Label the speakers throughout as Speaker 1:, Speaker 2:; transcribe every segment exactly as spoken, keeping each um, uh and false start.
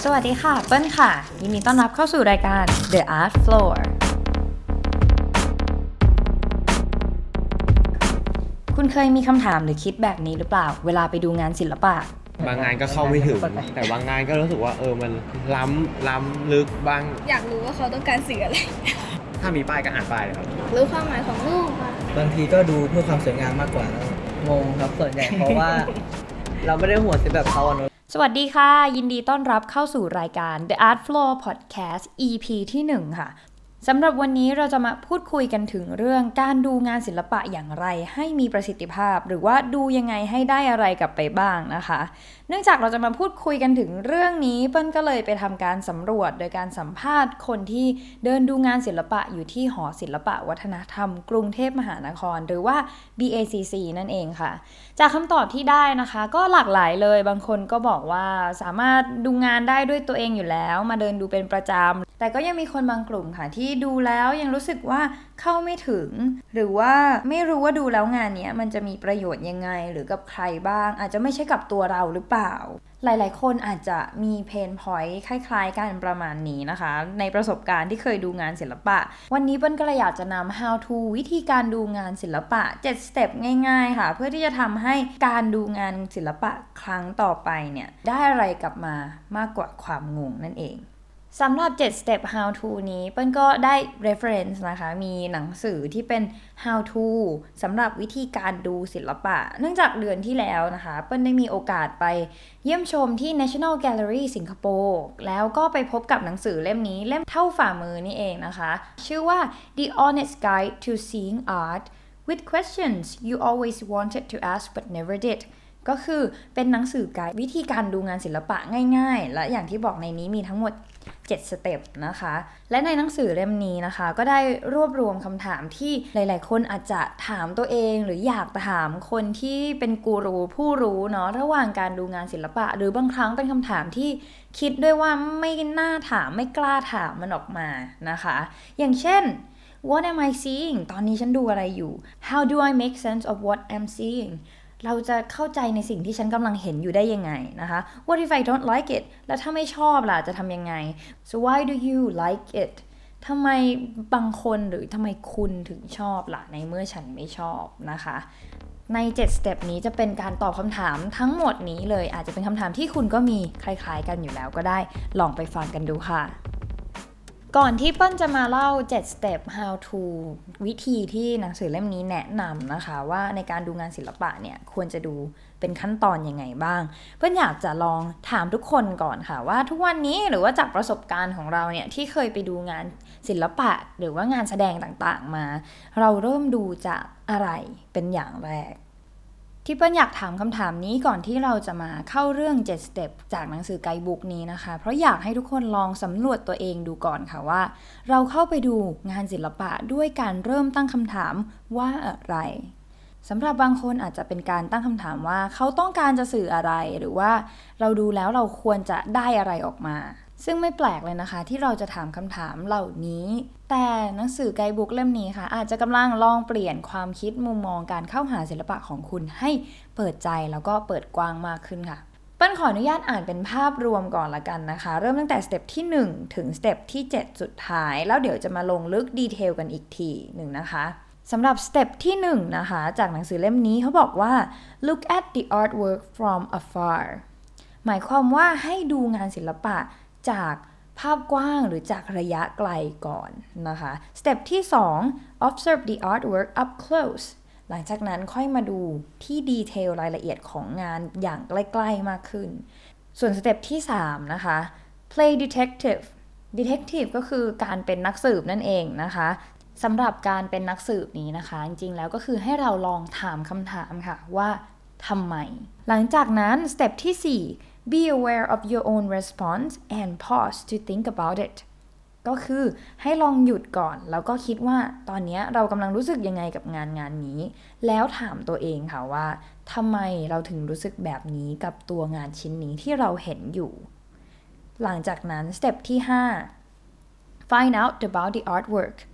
Speaker 1: สวัสดีค่ะเปิ้ลค่ะยินดีต้อนรับเข้าสู่รายการ The Art Floor คุณเคยมีคำถามหรือคิดแบบนี้หรือเปล่าเวลาไปดูงานศิลปะ
Speaker 2: บางงานก็เข้าไม่ถึงแต่บางงานก็รู้สึกว่าเออมันล้ำล้ำลึกบาง
Speaker 3: อยากรู้ว่าเขาต้องการสื่ออะไร
Speaker 2: ถ้ามีป้ายก็อ่านป้ายเลยครับ
Speaker 3: รู้ความหมายของรูปค่ะ
Speaker 4: บางทีก็ดูเพื่อความสวยงามมากกว่าแล้วงงครับส่วนใหญ่เพราะว่า เราไม่ได้หัวซิแบบเขาอะเนอะ
Speaker 1: สวัสดีค่ะยินดีต้อนรับเข้าสู่รายการ The Art Floor Podcast อี พี ที่หนึ่งค่ะสำหรับวันนี้เราจะมาพูดคุยกันถึงเรื่องการดูงานศิลปะอย่างไรให้มีประสิทธิภาพหรือว่าดูยังไงให้ได้อะไรกลับไปบ้างนะคะเนื่องจากเราจะมาพูดคุยกันถึงเรื่องนี้เปิ้ลก็เลยไปทำการสำรวจโดยการสัมภาษณ์คนที่เดินดูงานศิลปะอยู่ที่หอศิลปะวัฒนธรรมกรุงเทพมหานครหรือว่า บี เอ ซี ซี นั่นเองค่ะจากคำตอบที่ได้นะคะก็หลากหลายเลยบางคนก็บอกว่าสามารถดูงานได้ด้วยตัวเองอยู่แล้วมาเดินดูเป็นประจำแต่ก็ยังมีคนบางกลุ่มค่ะที่ดูแล้วยังรู้สึกว่าเข้าไม่ถึงหรือว่าไม่รู้ว่าดูแล้วงานนี้มันจะมีประโยชน์ยังไงหรือกับใครบ้างอาจจะไม่ใช่กับตัวเราหรือเปล่าหลายๆคนอาจจะมีเพนพอยต์คล้ายๆกันประมาณนี้นะคะในประสบการณ์ที่เคยดูงานศิลปะวันนี้เปิ้ลก็เลยอยากจะนำ how to วิธีการดูงานศิลปะเจ็ดสเต็ปง่ายๆค่ะเพื่อที่จะทำให้การดูงานศิลปะครั้งต่อไปเนี่ยได้อะไรกลับมามากกว่าความงงนั่นเองสำหรับเจ็ด step how to นี้เปิ้ลก็ได้ reference นะคะมีหนังสือที่เป็น how to สำหรับวิธีการดูศิลปะเนื่องจากเดือนที่แล้วนะคะเปิ้ลได้มีโอกาสไปเยี่ยมชมที่ National Gallery สิงคโปร์แล้วก็ไปพบกับหนังสือเล่มนี้เล่มเท่าฝ่ามือนี่เองนะคะชื่อว่า The Honest Guide to Seeing Art with Questions You Always Wanted to Ask but Never Didก็คือเป็นหนังสือไกด์วิธีการดูงานศิลปะง่ายๆและอย่างที่บอกในนี้มีทั้งหมดเจ็ดสเต็ปนะคะและในหนังสือเล่มนี้นะคะก็ได้รวบรวมคำถามที่หลายๆคนอาจจะถามตัวเองหรืออยากถามคนที่เป็นกูรูผู้รู้เนาะระหว่างการดูงานศิลปะหรือบางครั้งเป็นคำถามที่คิดด้วยว่าไม่น่าถามไม่กล้าถามมันออกมานะคะอย่างเช่น What am I seeing ตอนนี้ฉันดูอะไรอยู่ How do I make sense of what I'm seeingเราจะเข้าใจในสิ่งที่ฉันกำลังเห็นอยู่ได้ยังไงนะคะ What if I don't like it แล้วถ้าไม่ชอบล่ะจะทำยังไง So why do you like it ทำไมบางคนหรือทำไมคุณถึงชอบล่ะในเมื่อฉันไม่ชอบนะคะในเจ็ดสเต็ปนี้จะเป็นการตอบคำถามทั้งหมดนี้เลยอาจจะเป็นคำถามที่คุณก็มีคล้ายๆกันอยู่แล้วก็ได้ลองไปฟังกันดูค่ะก่อนที่เปิ้ลจะมาเล่าเจ็ด step how to วิธีที่หนังสือเล่มนี้แนะนำนะคะว่าในการดูงานศิลปะเนี่ยควรจะดูเป็นขั้นตอนยังไงบ้างเปิ้ลอยากจะลองถามทุกคนก่อนค่ะว่าทุกวันนี้หรือว่าจากประสบการณ์ของเราเนี่ยที่เคยไปดูงานศิลปะหรือว่างานแสดงต่างๆมาเราเริ่มดูจากอะไรเป็นอย่างแรกที่เปิ้ลอยากถามคำถามนี้ก่อนที่เราจะมาเข้าเรื่องเจ็ด step จากหนังสือไกด์บุ๊กนี้นะคะเพราะอยากให้ทุกคนลองสำรวจตัวเองดูก่อนค่ะว่าเราเข้าไปดูงานศิลปะด้วยการเริ่มตั้งคำถามว่าอะไรสำหรับบางคนอาจจะเป็นการตั้งคำถามว่าเขาต้องการจะสื่ออะไรหรือว่าเราดูแล้วเราควรจะได้อะไรออกมาซึ่งไม่แปลกเลยนะคะที่เราจะถามคำถามเหล่านี้แต่หนังสือไกด์บุ๊กเล่มนี้ค่ะอาจจะกำลังลองเปลี่ยนความคิดมุมมองการเข้าหาศิลปะของคุณให้เปิดใจแล้วก็เปิดกว้างมากขึ้นค่ะเปิ้ลขออนุญาตอ่านเป็นภาพรวมก่อนละกันนะคะเริ่มตั้งแต่สเต็ปที่หนึ่งถึงสเต็ปที่เจ็ดสุดท้ายแล้วเดี๋ยวจะมาลงลึกดีเทลกันอีกทีหนึ่งนะคะสำหรับสเต็ปที่หนึ่งนะคะจากหนังสือเล่มนี้เขาบอกว่า look at the artwork from afar หมายความว่าให้ดูงานศิลปะจากภาพกว้างหรือจากระยะไกลก่อนนะคะสเต็ปที่สอง observe the artwork up close หลังจากนั้นค่อยมาดูที่ดีเทลรายละเอียดของงานอย่างใกล้ๆมากขึ้นส่วนสเต็ปที่สามนะคะ play detective detective ก็คือการเป็นนักสืบนั่นเองนะคะสำหรับการเป็นนักสืบนี้นะคะจริงๆแล้วก็คือให้เราลองถามคำถามค่ะว่าทำไมหลังจากนั้นสเต็ปที่สี่ be aware of your own response and pause to think about it ก็คือให้ลองหยุดก่อนแล้วก็คิดว่าตอนนี้เรากำลังรู้สึกยังไงกับงานงานนี้แล้วถามตัวเองค่ะว่าทำไมเราถึงรู้สึกแบบนี้กับตัวงานชิ้นนี้ที่เราเห็นอยู่หลังจากนั้นสเต็ปที่ห้า find out about the artwork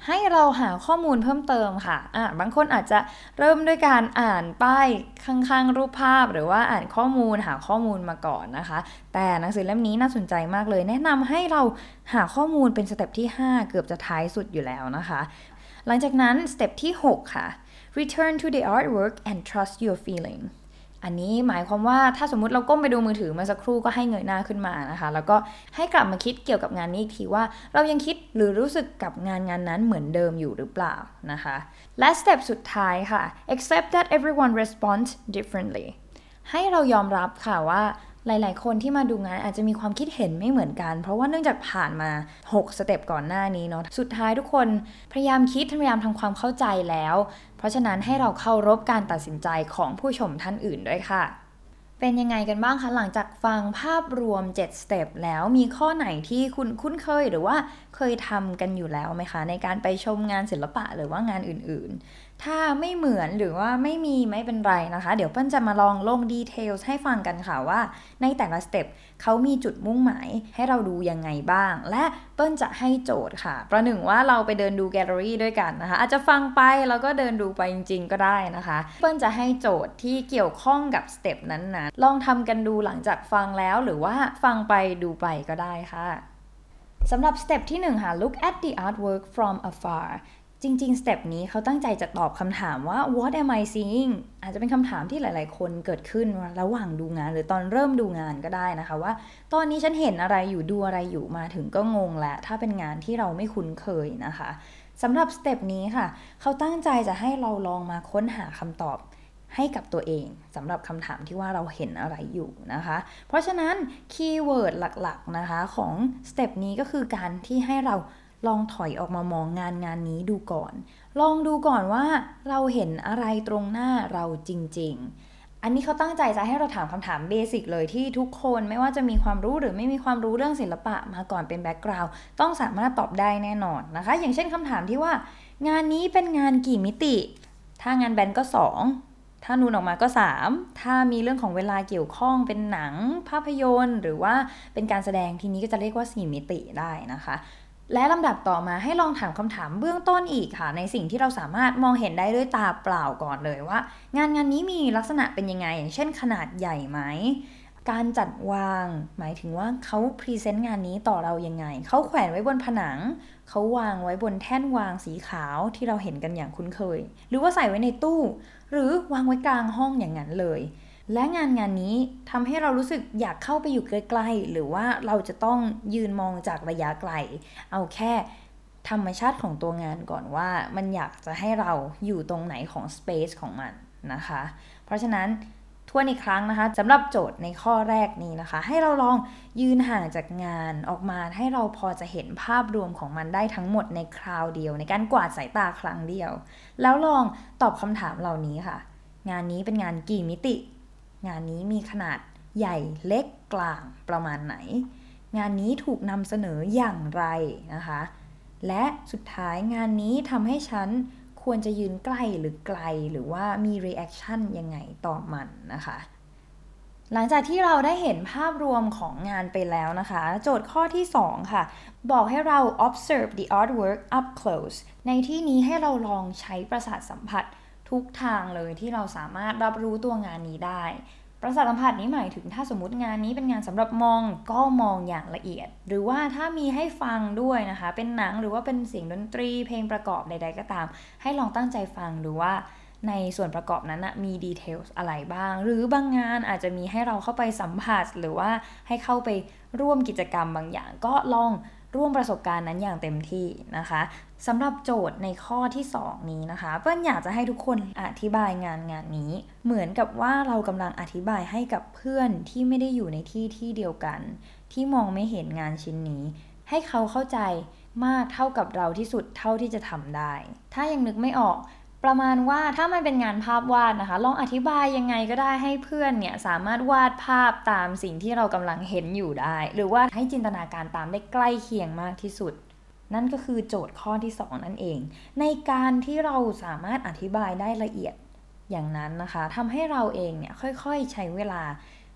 Speaker 1: ให้เราหาข้อมูลเพิ่มเติมค่ะอ่ะบางคนอาจจะเริ่มด้วยการอ่านป้ายข้างๆรูปภาพหรือว่าอ่านข้อมูลหาข้อมูลมาก่อนนะคะแต่หนังสือเล่มนี้น่าสนใจมากเลยแนะนำให้เราหาข้อมูลเป็นสเต็ปที่ห้าเกือบจะท้ายสุดอยู่แล้วนะคะหลังจากนั้นสเต็ปที่หกค่ะ return to the artwork and trust your feeling อันนี้หมายความว่าถ้าสมมุติเราก้มไปดูมือถือเมื่อสักครู่ก็ให้เงยหน้าขึ้นมานะคะแล้วก็ให้กลับมาคิดเกี่ยวกับงานนี้อีกทีว่าเรายังคิดหรือรู้สึกกับงานงานนั้นเหมือนเดิมอยู่หรือเปล่านะคะและสเต็ปสุดท้ายค่ะ accept that everyone responds differently ให้เรายอมรับค่ะว่าหลายๆคนที่มาดูงานอาจจะมีความคิดเห็นไม่เหมือนกันเพราะว่าเนื่องจากผ่านมาหกสเต็ปก่อนหน้านี้เนาะสุดท้ายทุกคนพยายามคิดพยายามทำความเข้าใจแล้วเพราะฉะนั้นให้เราเคารพการตัดสินใจของผู้ชมท่านอื่นด้วยค่ะเป็นยังไงกันบ้างคะหลังจากฟังภาพรวมเจ็ดสเต็ปแล้วมีข้อไหนที่คุณคุ้นเคยหรือว่าเคยทำกันอยู่แล้วไหมคะในการไปชมงานศิลปะหรือว่างานอื่นๆถ้าไม่เหมือนหรือว่าไม่มีไม่เป็นไรนะคะเดี๋ยวเปิ้ลจะมาลองลงดีเทลให้ฟังกันค่ะว่าในแต่ละสเต็ปเขามีจุดมุ่งหมายให้เราดูยังไงบ้างและเปิ้ลจะให้โจทย์ค่ะประหนึ่งว่าเราไปเดินดูแกลเลอรี่ด้วยกันนะคะอาจจะฟังไปแล้วก็เดินดูไปจริงๆก็ได้นะคะเปิ้ลจะให้โจทย์ที่เกี่ยวข้องกับสเต็ปนั้นๆลองทำกันดูหลังจากฟังแล้วหรือว่าฟังไปดูไปก็ได้ค่ะสำหรับสเต็ปที่หนึ่งค่ะ look at the artwork from afar จริงๆสเต็ปนี้เขาตั้งใจจะตอบคำถามว่า what am I seeing อาจจะเป็นคำถามที่หลายๆคนเกิดขึ้นระหว่างดูงานหรือตอนเริ่มดูงานก็ได้นะคะว่าตอนนี้ฉันเห็นอะไรอยู่ดูอะไรอยู่มาถึงก็งงแล้วถ้าเป็นงานที่เราไม่คุ้นเคยนะคะสำหรับสเต็ปนี้ค่ะเขาตั้งใจจะให้เราลองมาค้นหาคำตอบให้กับตัวเองสำหรับคำถามที่ว่าเราเห็นอะไรอยู่นะคะเพราะฉะนั้นคีย์เวิร์ดหลักๆนะคะของสเต็ปนี้ก็คือการที่ให้เราลองถอยออกมามองงานงานนี้ดูก่อนลองดูก่อนว่าเราเห็นอะไรตรงหน้าเราจริงๆอันนี้เขาตั้งใจจะให้เราถามคำถามเบสิกเลยที่ทุกคนไม่ว่าจะมีความรู้หรือไม่มีความรู้เรื่องศิลปะมาก่อนเป็นแบ็กกราวด์ต้องสามารถตอบได้แน่นอนนะคะอย่างเช่นคำถามที่ว่างานนี้เป็นงานกี่มิติถ้างานแบนก็สองถ้านูนออกมาก็สามถ้ามีเรื่องของเวลาเกี่ยวข้องเป็นหนังภาพยนตร์หรือว่าเป็นการแสดงทีนี้ก็จะเรียกว่าสี่มิติได้นะคะและลำดับต่อมาให้ลองถามคำถามเบื้องต้นอีกค่ะในสิ่งที่เราสามารถมองเห็นได้ด้วยตาเปล่าก่อนเลยว่างานงานนี้มีลักษณะเป็นยังไงอย่างเช่นขนาดใหญ่ไหมการจัดวางหมายถึงว่าเขาพรีเซนต์งานนี้ต่อเรายังไงเขาแขวนไว้บนผนังเขาวางไว้บนแท่นวางสีขาวที่เราเห็นกันอย่างคุ้นเคยหรือว่าใส่ไว้ในตู้หรือวางไว้กลางห้องอย่างนั้นเลยและงานงานนี้ทำให้เรารู้สึกอยากเข้าไปอยู่ใกล้ๆหรือว่าเราจะต้องยืนมองจากระยะไกลเอาแค่ธรรมชาติของตัวงานก่อนว่ามันอยากจะให้เราอยู่ตรงไหนของสเปซของมันนะคะเพราะฉะนั้นทวนอีกครั้งนะคะสำหรับโจทย์ในข้อแรกนี้นะคะให้เราลองยืนห่างจากงานออกมาให้เราพอจะเห็นภาพรวมของมันได้ทั้งหมดในคราวเดียวในการกวาดสายตาครั้งเดียวแล้วลองตอบคำถามเหล่านี้ค่ะงานนี้เป็นงานกี่มิติงานนี้มีขนาดใหญ่เล็กกลางประมาณไหนงานนี้ถูกนำเสนออย่างไรนะคะและสุดท้ายงานนี้ทำให้ฉันควรจะยืนใกล้หรือไกลหรือว่ามี reaction ยังไงต่อมันนะคะหลังจากที่เราได้เห็นภาพรวมของงานไปแล้วนะคะโจทย์ข้อที่สองค่ะบอกให้เรา observe the artwork up close ในที่นี้ให้เราลองใช้ประสาทสัมผัสทุกทางเลยที่เราสามารถรับรู้ตัวงานนี้ได้ประสาทสัมผัสนี้หมายถึงถ้าสมมติงานนี้เป็นงานสำหรับมองก็มองอย่างละเอียดหรือว่าถ้ามีให้ฟังด้วยนะคะเป็นหนังหรือว่าเป็นเสียงดนตรีเพลงประกอบใดๆก็ตามให้ลองตั้งใจฟังดูว่าในส่วนประกอบนั้นนะมีดีเทลอะไรบ้างหรือบางงานอาจจะมีให้เราเข้าไปสัมผัสหรือว่าให้เข้าไปร่วมกิจกรรมบางอย่างก็ลองร่วมประสบการณ์นั้นอย่างเต็มที่นะคะสำหรับโจทย์ในข้อที่สองนี้นะคะเปิ้ลอยากจะให้ทุกคนอธิบายงานงานนี้เหมือนกับว่าเรากำลังอธิบายให้กับเพื่อนที่ไม่ได้อยู่ในที่ที่เดียวกันที่มองไม่เห็นงานชิ้นนี้ให้เขาเข้าใจมากเท่ากับเราที่สุดเท่าที่จะทำได้ถ้ายังนึกไม่ออกประมาณว่าถ้ามันเป็นงานภาพวาดนะคะลองอธิบายยังไงก็ได้ให้เพื่อนเนี่ยสามารถวาดภาพตามสิ่งที่เรากำลังเห็นอยู่ได้หรือว่าให้จินตนาการตามได้ใกล้เคียงมากที่สุดนั่นก็คือโจทย์ข้อที่สองนั่นเองในการที่เราสามารถอธิบายได้ละเอียดอย่างนั้นนะคะทำให้เราเองเนี่ยค่อยๆใช้เวลา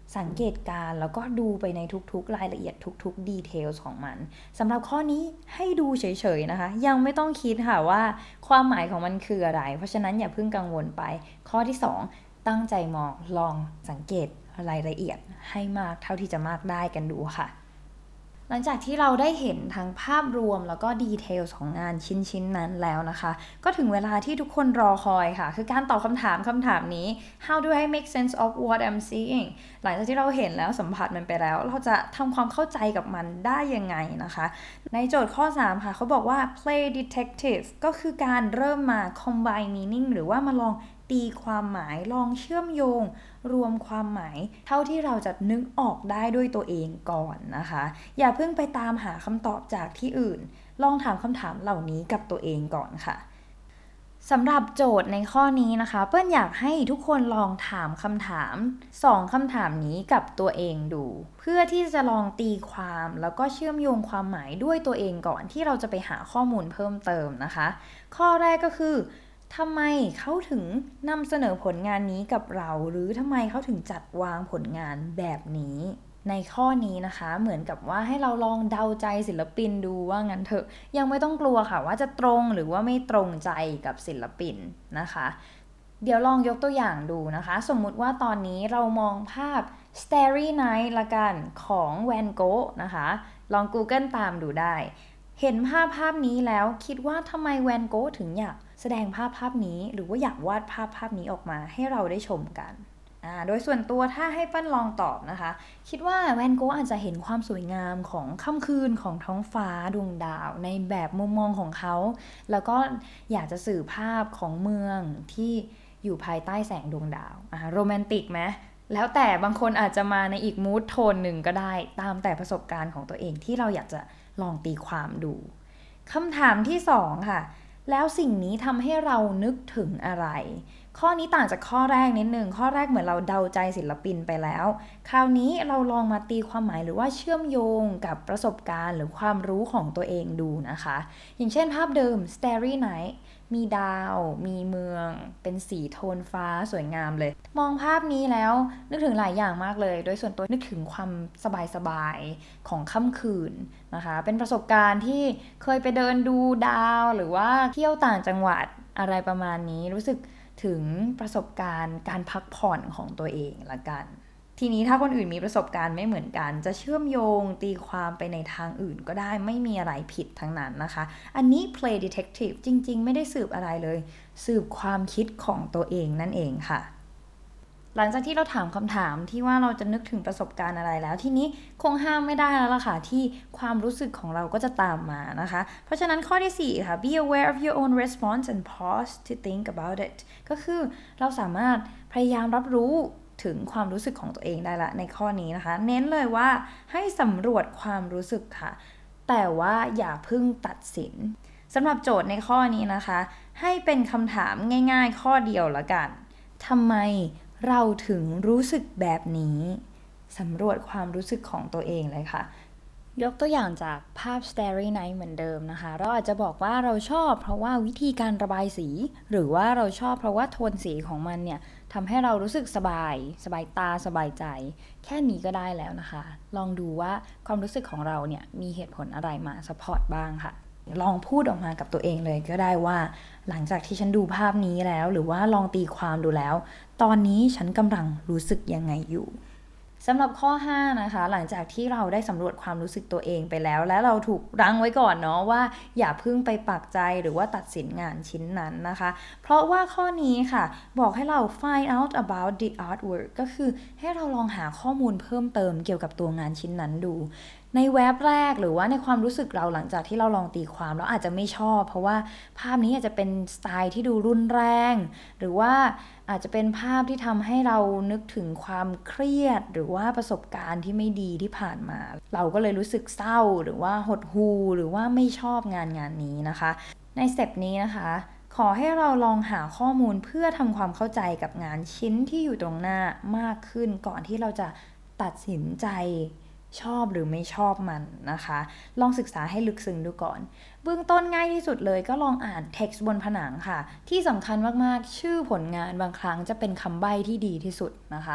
Speaker 1: สังเกตการแล้วก็ดูไปในทุกๆรายละเอียดทุกๆดีเทลของมันสำหรับข้อนี้ให้ดูเฉยๆนะคะยังไม่ต้องคิดค่ะว่าความหมายของมันคืออะไรเพราะฉะนั้นอย่าเพิ่งกังวลไปข้อที่สองตั้งใจมองลองสังเกตรายละเอียดให้มากเท่าที่จะมากได้กันดูค่ะหลังจากที่เราได้เห็นทั้งภาพรวมแล้วก็ดีเทลของงานชิ้นๆนั้นแล้วนะคะก็ถึงเวลาที่ทุกคนรอคอยค่ะคือการตอบคำถามคำถามนี้ How do I make sense of what I'm seeing หลังจากที่เราเห็นแล้วสัมผัสมันไปแล้วเราจะทำความเข้าใจกับมันได้ยังไงนะคะในโจทย์ข้อสามค่ะเขาบอกว่า play detective ก็คือการเริ่มมา combine meaning หรือว่ามาลองตีความหมายลองเชื่อมโยงรวมความหมายเท่าที่เราจะนึกออกได้ด้วยตัวเองก่อนนะคะอย่าเพิ่งไปตามหาคำตอบจากที่อื่นลองถามคำถามเหล่านี้กับตัวเองก่อนค่ะสำหรับโจทย์ในข้อนี้นะคะเปิ้ลอยากให้ทุกคนลองถามคำถามสองคำถามนี้กับตัวเองดูเพื่อที่จะลองตีความแล้วก็เชื่อมโยงความหมายด้วยตัวเองก่อนที่เราจะไปหาข้อมูลเพิ่มเติมนะคะข้อแรกก็คือทำไมเขาถึงนำเสนอผลงานนี้กับเราหรือทำไมเขาถึงจัดวางผลงานแบบนี้ในข้อนี้นะคะเหมือนกับว่าให้เราลองเดาใจศิลปินดูว่างั้นเถอะยังไม่ต้องกลัวค่ะว่าจะตรงหรือว่าไม่ตรงใจกับศิลปินนะคะเดี๋ยวลองยกตัวอย่างดูนะคะสมมุติว่าตอนนี้เรามองภาพ Starry Night ละกันของแวนโกะนะคะลอง Google ตามดูได้เห็นภาพภาพนี้แล้วคิดว่าทำไมแวนโกะถึงอยากแสดงภาพภาพนี้หรือว่าอยากวาดภาพภาพนี้ออกมาให้เราได้ชมกันอ่าโดยส่วนตัวถ้าให้ปั้นลองตอบนะคะคิดว่าแวนโกะอาจจะเห็นความสวยงามของค่ำคืนของท้องฟ้าดวงดาวในแบบมุมมองของเขาแล้วก็อยากจะสื่อภาพของเมืองที่อยู่ภายใต้แสงดวงดาวอ่าโรแมนติกไหมแล้วแต่บางคนอาจจะมาในอีกมูดโทนหนึ่งก็ได้ตามแต่ประสบการณ์ของตัวเองที่เราอยากจะลองตีความดูคำถามที่สองค่ะแล้วสิ่งนี้ทำให้เรานึกถึงอะไรข้อนี้ต่างจากข้อแรกนิดนึงข้อแรกเหมือนเราเดาใจศิลปินไปแล้วคราวนี้เราลองมาตีความหมายหรือว่าเชื่อมโยงกับประสบการณ์หรือความรู้ของตัวเองดูนะคะอย่างเช่นภาพเดิม Starry Night มีดาวมีเมืองเป็นสีโทนฟ้าสวยงามเลยมองภาพนี้แล้วนึกถึงหลายอย่างมากเลยโดยส่วนตัวนึกถึงความสบายๆของค่ำคืนนะคะเป็นประสบการณ์ที่เคยไปเดินดูดาวหรือว่าเที่ยวต่างจังหวัดอะไรประมาณนี้รู้สึกถึงประสบการณ์การพักผ่อนของตัวเองละกันทีนี้ถ้าคนอื่นมีประสบการณ์ไม่เหมือนกันจะเชื่อมโยงตีความไปในทางอื่นก็ได้ไม่มีอะไรผิดทั้งนั้นนะคะอันนี้ play detective จริงๆไม่ได้สืบอะไรเลยสืบความคิดของตัวเองนั่นเองค่ะหลังจากที่เราถามคำถามที่ว่าเราจะนึกถึงประสบการณ์อะไรแล้วทีนี้คงห้ามไม่ได้แล้วล่ะค่ะที่ความรู้สึกของเราก็จะตามมานะคะเพราะฉะนั้นข้อที่สี่ค่ะ be aware of your own response and pause to think about it ก็คือเราสามารถพยายามรับรู้ถึงความรู้สึกของตัวเองได้ละในข้อนี้นะคะเน้นเลยว่าให้สำรวจความรู้สึกค่ะแต่ว่าอย่าเพิ่งตัดสินสำหรับโจทย์ในข้อนี้นะคะให้เป็นคำถามง่ายๆข้อเดียวละกันทำไมเราถึงรู้สึกแบบนี้สำรวจความรู้สึกของตัวเองเลยค่ะยกตัวอย่างจากภาพ Starry Night เหมือนเดิมนะคะเราอาจจะบอกว่าเราชอบเพราะว่าวิธีการระบายสีหรือว่าเราชอบเพราะว่าโทนสีของมันเนี่ยทำให้เรารู้สึกสบายสบายตาสบายใจแค่นี้ก็ได้แล้วนะคะลองดูว่าความรู้สึกของเราเนี่ยมีเหตุผลอะไรมาซัพพอร์ตบ้างค่ะลองพูดออกมากับตัวเองเลยก็ได้ว่าหลังจากที่ฉันดูภาพนี้แล้วหรือว่าลองตีความดูแล้วตอนนี้ฉันกำลังรู้สึกยังไงอยู่สำหรับข้อห้านะคะหลังจากที่เราได้สำรวจความรู้สึกตัวเองไปแล้วและเราถูกรั้งไว้ก่อนเนาะว่าอย่าเพิ่งไปปักใจหรือว่าตัดสินงานชิ้นนั้นนะคะเพราะว่าข้อนี้ค่ะบอกให้เรา find out about the artwork ก็คือให้เราลองหาข้อมูลเพิ่มเติมเกี่ยวกับตัวงานชิ้นนั้นดูในแว็บแรกหรือว่าในความรู้สึกเราหลังจากที่เราลองตีความแล้วอาจจะไม่ชอบเพราะว่าภาพนี้อาจจะเป็นสไตล์ที่ดูรุนแรงหรือว่าอาจจะเป็นภาพที่ทำให้เรานึกถึงความเครียดหรือว่าประสบการณ์ที่ไม่ดีที่ผ่านมาเราก็เลยรู้สึกเศร้าหรือว่าหดหู่หรือว่าไม่ชอบงานงานนี้นะคะในสเต็ปนี้นะคะขอให้เราลองหาข้อมูลเพื่อทำความเข้าใจกับงานชิ้นที่อยู่ตรงหน้ามากขึ้นก่อนที่เราจะตัดสินใจชอบหรือไม่ชอบมันนะคะลองศึกษาให้ลึกซึ้งดูก่อนเบื้องต้นง่ายที่สุดเลยก็ลองอ่าน text บนผนังค่ะที่สำคัญมากๆชื่อผลงานบางครั้งจะเป็นคำใบ้ที่ดีที่สุดนะคะ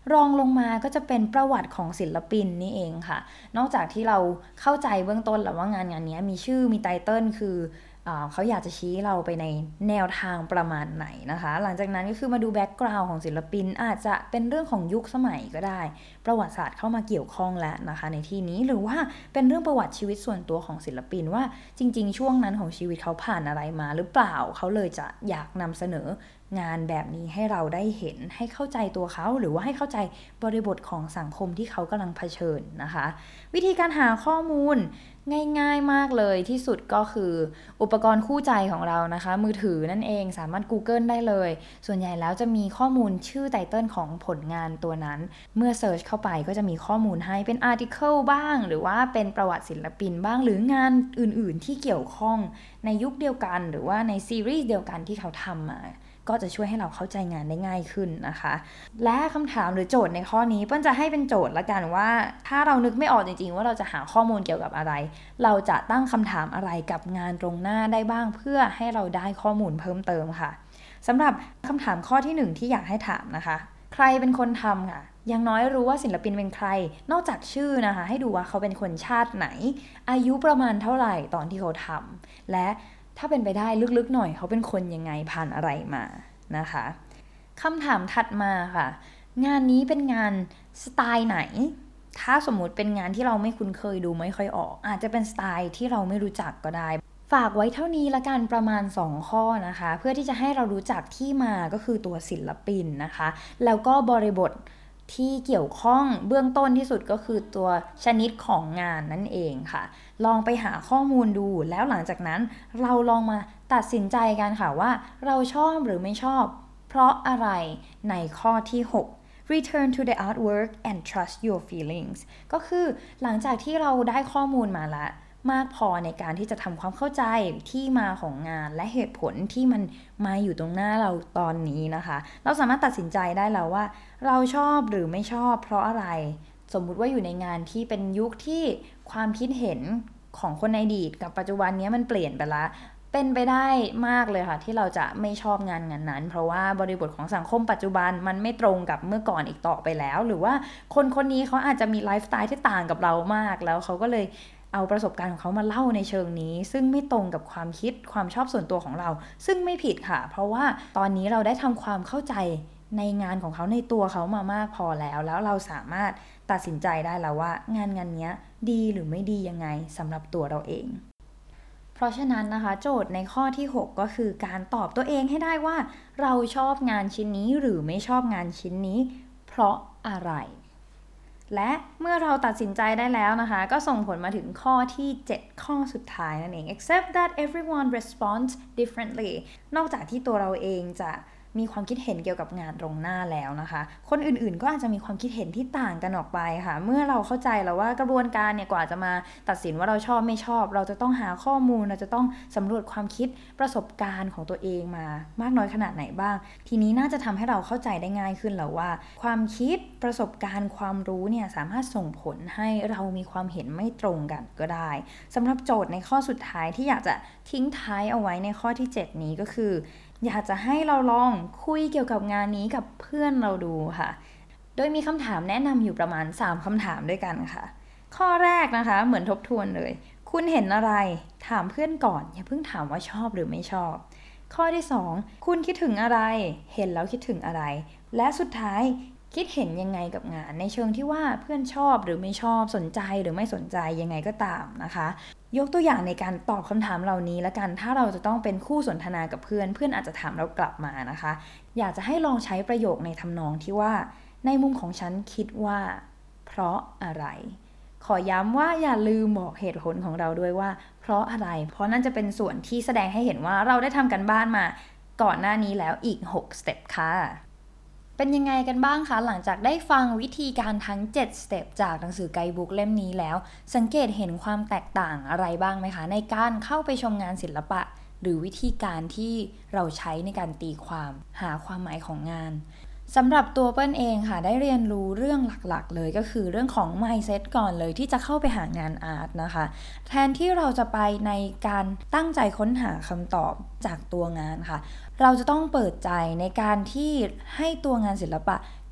Speaker 1: รองลงมาก็จะเป็นประวัติของศิลปินนี่เองค่ะนอกจากที่เราเข้าใจเบื้องต้นแล้วว่างานงานนี้มีชื่อมีไตเติ้ลคือเขาอยากจะชี้เราไปในแนวทางประมาณไหนนะคะหลังจากนั้นก็คือมาดูแบ็กกราวด์ของศิลปินอาจจะเป็นเรื่องของยุคสมัยก็ได้ประวัติศาสตร์เข้ามาเกี่ยวข้องแล้วนะคะในที่นี้หรือว่าเป็นเรื่องประวัติชีวิตส่วนตัวของศิลปินว่าจริงๆช่วงนั้นของชีวิตเขาผ่านอะไรมาหรือเปล่าเขาเลยจะอยากนำเสนองานแบบนี้ให้เราได้เห็นให้เข้าใจตัวเขาหรือว่าให้เข้าใจบริบทของสังคมที่เขากำลังเผชิญนะคะวิธีการหาข้อมูลง่ายๆมากเลยที่สุดก็คืออุปกรณ์คู่ใจของเรานะคะมือถือนั่นเองสามารถ Google ได้เลยส่วนใหญ่แล้วจะมีข้อมูลชื่อไตเติ้ลของผลงานตัวนั้นเมื่อเซิร์ชเข้าไปก็จะมีข้อมูลให้เป็นอาร์ติเคิลบ้างหรือว่าเป็นประวัติศิลปินบ้างหรืองานอื่นๆที่เกี่ยวข้องในยุคเดียวกันหรือว่าในซีรีส์เดียวกันที่เขาทำมาก็จะช่วยให้เราเข้าใจงานได้ง่ายขึ้นนะคะและคำถามหรือโจทย์ในข้อนี้เปิ้ลจะให้เป็นโจทย์ละกันว่าถ้าเรานึกไม่ออกจริงๆว่าเราจะหาข้อมูลเกี่ยวกับอะไรเราจะตั้งคำถามอะไรกับงานตรงหน้าได้บ้างเพื่อให้เราได้ข้อมูลเพิ่มเติมค่ะสำหรับคำถามข้อที่หนึ่งที่อยากให้ถามนะคะใครเป็นคนทำค่ะอย่างน้อยรู้ว่าศิลปินเป็นใครนอกจากชื่อนะคะให้ดูว่าเขาเป็นคนชาติไหนอายุประมาณเท่าไหร่ตอนที่เขาทำและถ้าเป็นไปได้ลึกๆหน่อยเขาเป็นคนยังไงผ่านอะไรมานะคะคำถามถัดมาค่ะงานนี้เป็นงานสไตล์ไหนถ้าสมมุติเป็นงานที่เราไม่คุ้นเคยดูไม่ค่อยออกอาจจะเป็นสไตล์ที่เราไม่รู้จักก็ได้ฝากไว้เท่านี้ละกันประมาณสองข้อนะคะเพื่อที่จะให้เรารู้จักที่มาก็คือตัวศิลปินนะคะแล้วก็บริบทที่เกี่ยวข้องเบื้องต้นที่สุดก็คือตัวชนิดของงานนั่นเองค่ะลองไปหาข้อมูลดูแล้วหลังจากนั้นเราลองมาตัดสินใจกันค่ะว่าเราชอบหรือไม่ชอบเพราะอะไรในข้อที่หก Return to the artwork and trust your feelings ก็คือหลังจากที่เราได้ข้อมูลมาแล้วมากพอในการที่จะทำความเข้าใจที่มาของงานและเหตุผลที่มันมาอยู่ตรงหน้าเราตอนนี้นะคะเราสามารถตัดสินใจได้แล้วว่าเราชอบหรือไม่ชอบเพราะอะไรสมมุติว่าอยู่ในงานที่เป็นยุคที่ความคิดเห็นของคนในอดีตกับปัจจุบันนี้มันเปลี่ยนไปละเป็นไปได้มากเลยค่ะที่เราจะไม่ชอบงานงานนั้นเพราะว่าบริบทของสังคมปัจจุบันมันไม่ตรงกับเมื่อก่อนอีกต่อไปแล้วหรือว่าคนคนนี้เขาอาจจะมีไลฟ์สไตล์ที่ต่างกับเรามากแล้วเขาก็เลยเอาประสบการณ์ของเขามาเล่าในเชิงนี้ซึ่งไม่ตรงกับความคิดความชอบส่วนตัวของเราซึ่งไม่ผิดค่ะเพราะว่าตอนนี้เราได้ทำความเข้าใจในงานของเขาในตัวเขามามากพอแล้วแล้วเราสามารถตัดสินใจได้แล้วว่างานงานนี้ดีหรือไม่ดียังไงสำหรับตัวเราเองเพราะฉะนั้นนะคะโจทย์ในข้อที่หกก็คือการตอบตัวเองให้ได้ว่าเราชอบงานชิ้นนี้หรือไม่ชอบงานชิ้นนี้เพราะอะไรและเมื่อเราตัดสินใจได้แล้วนะคะก็ส่งผลมาถึงข้อที่เจ็ดข้อสุดท้ายนั่นเอง accept that everyone responds differently นอกจากที่ตัวเราเองจะมีความคิดเห็นเกี่ยวกับงานตรงหน้าแล้วนะคะคนอื่นๆก็อาจจะมีความคิดเห็นที่ต่างกันออกไปค่ะเมื่อเราเข้าใจแล้วว่ากระบวนการเนี่ยกว่าจะมาตัดสินว่าเราชอบไม่ชอบเราจะต้องหาข้อมูลเราจะต้องสำรวจความคิดประสบการณ์ของตัวเองมามากน้อยขนาดไหนบ้างทีนี้น่าจะทำให้เราเข้าใจได้ง่ายขึ้นแล้วว่าความคิดประสบการณ์ความรู้เนี่ยสามารถส่งผลให้เรามีความเห็นไม่ตรงกันก็ได้สำหรับโจทย์ในข้อสุดท้ายที่อยากจะทิ้งท้ายเอาไว้ในข้อที่เจ็ดนี้ก็คืออยากจะให้เราลองคุยเกี่ยวกับงานนี้กับเพื่อนเราดูค่ะโดยมีคำถามแนะนำอยู่ประมาณสามคำถามด้วยกันค่ะข้อแรกนะคะเหมือนทบทวนเลยคุณเห็นอะไรถามเพื่อนก่อนอย่าเพิ่งถามว่าชอบหรือไม่ชอบข้อที่สองคุณคิดถึงอะไรเห็นแล้วคิดถึงอะไรและสุดท้ายคิดเห็นยังไงกับงานในเชิงที่ว่าเพื่อนชอบหรือไม่ชอบสนใจหรือไม่สนใจยังไงก็ตามนะคะยกตัวอย่างในการตอบคำถามเหล่านี้ละกันถ้าเราจะต้องเป็นคู่สนทนากับเพื่อนเพื่อนอาจจะถามเรากลับมานะคะอยากจะให้ลองใช้ประโยคในทำนองที่ว่าในมุมของฉันคิดว่าเพราะอะไรขอย้ำว่าอย่าลืมบอกเหตุผลของเราด้วยว่าเพราะอะไรเพราะนั่นจะเป็นส่วนที่แสดงให้เห็นว่าเราได้ทำกันบ้านมาก่อนหน้านี้แล้วอีกหกสเต็ปค่ะเป็นยังไงกันบ้างคะหลังจากได้ฟังวิธีการทั้งเจ็ดสเต็ปจากหนังสือไกด์บุ๊กเล่มนี้แล้วสังเกตเห็นความแตกต่างอะไรบ้างไหมคะในการเข้าไปชมงานศิลปะหรือวิธีการที่เราใช้ในการตีความหาความหมายของงานสำหรับตัวเปิ้ลเองค่ะได้เรียนรู้เรื่องหลักๆเลยก็คือเรื่องของ mindset ก่อนเลยที่จะเข้าไปหางานอาร์ตนะคะแทนที่เราจะไปในการตั้งใจค้นหาคำตอบจากตัวงานค่ะเราจะต้องเปิดใจในการที่ให้ตัวงานศิลปะ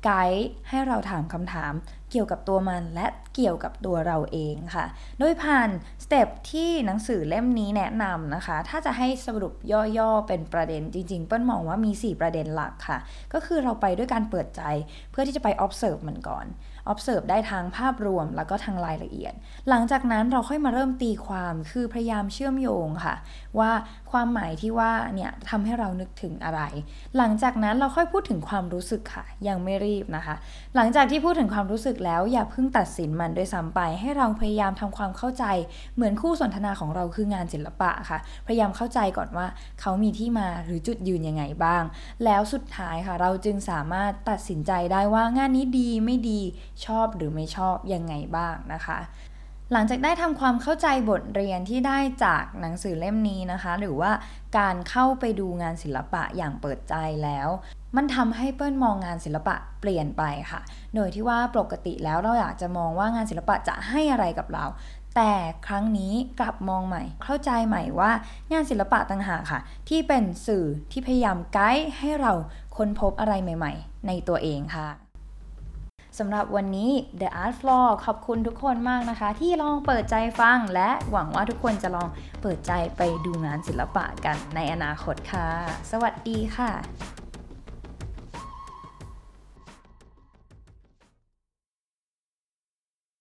Speaker 1: ไกด์ให้เราถามคำถามเกี่ยวกับตัวมันและเกี่ยวกับตัวเราเองค่ะโดยผ่านสเต็ปที่หนังสือเล่มนี้แนะนำนะคะถ้าจะให้สรุปย่อๆเป็นประเด็นจริงๆเปิ้ลมองว่ามีสี่ประเด็นหลักค่ะก็คือเราไปด้วยการเปิดใจเพื่อที่จะไป observe มันก่อน observe ได้ทางภาพรวมแล้วก็ทางรายละเอียดหลังจากนั้นเราค่อยมาเริ่มตีความคือพยายามเชื่อมโยงค่ะว่าความหมายที่ว่าเนี่ยทำให้เรานึกถึงอะไรหลังจากนั้นเราค่อยพูดถึงความรู้สึกค่ะยังไม่รีบนะคะหลังจากที่พูดถึงความรู้สึกแล้วอย่าเพิ่งตัดสินมันด้วยซ้ำไปให้เราพยายามทำความเข้าใจเหมือนคู่สนทนาของเราคืองานศิลปะค่ะพยายามเข้าใจก่อนว่าเขามีที่มาหรือจุดยืนยังไงบ้างแล้วสุดท้ายค่ะเราจึงสามารถตัดสินใจได้ว่างานนี้ดีไม่ดีชอบหรือไม่ชอบยังไงบ้างนะคะหลังจากได้ทำความเข้าใจบทเรียนที่ได้จากหนังสือเล่มนี้นะคะหรือว่าการเข้าไปดูงานศิลปะอย่างเปิดใจแล้วมันทำให้เปิ้ลมองงานศิลปะเปลี่ยนไปค่ะโดยที่ว่าปกติแล้วเราอยากจะมองว่างานศิลปะจะให้อะไรกับเราแต่ครั้งนี้กลับมองใหม่เข้าใจใหม่ว่างานศิลปะต่างหากค่ะที่เป็นสื่อที่พยายามไกด์ให้เราค้นพบอะไรใหม่ๆในตัวเองค่ะสำหรับวันนี้ The Art Floor ขอบคุณทุกคนมากนะคะที่ลองเปิดใจฟังและหวังว่าทุกคนจะลองเปิดใจไปดูงานศิลปะกันในอนาคตค่ะสวัสดีค่ะ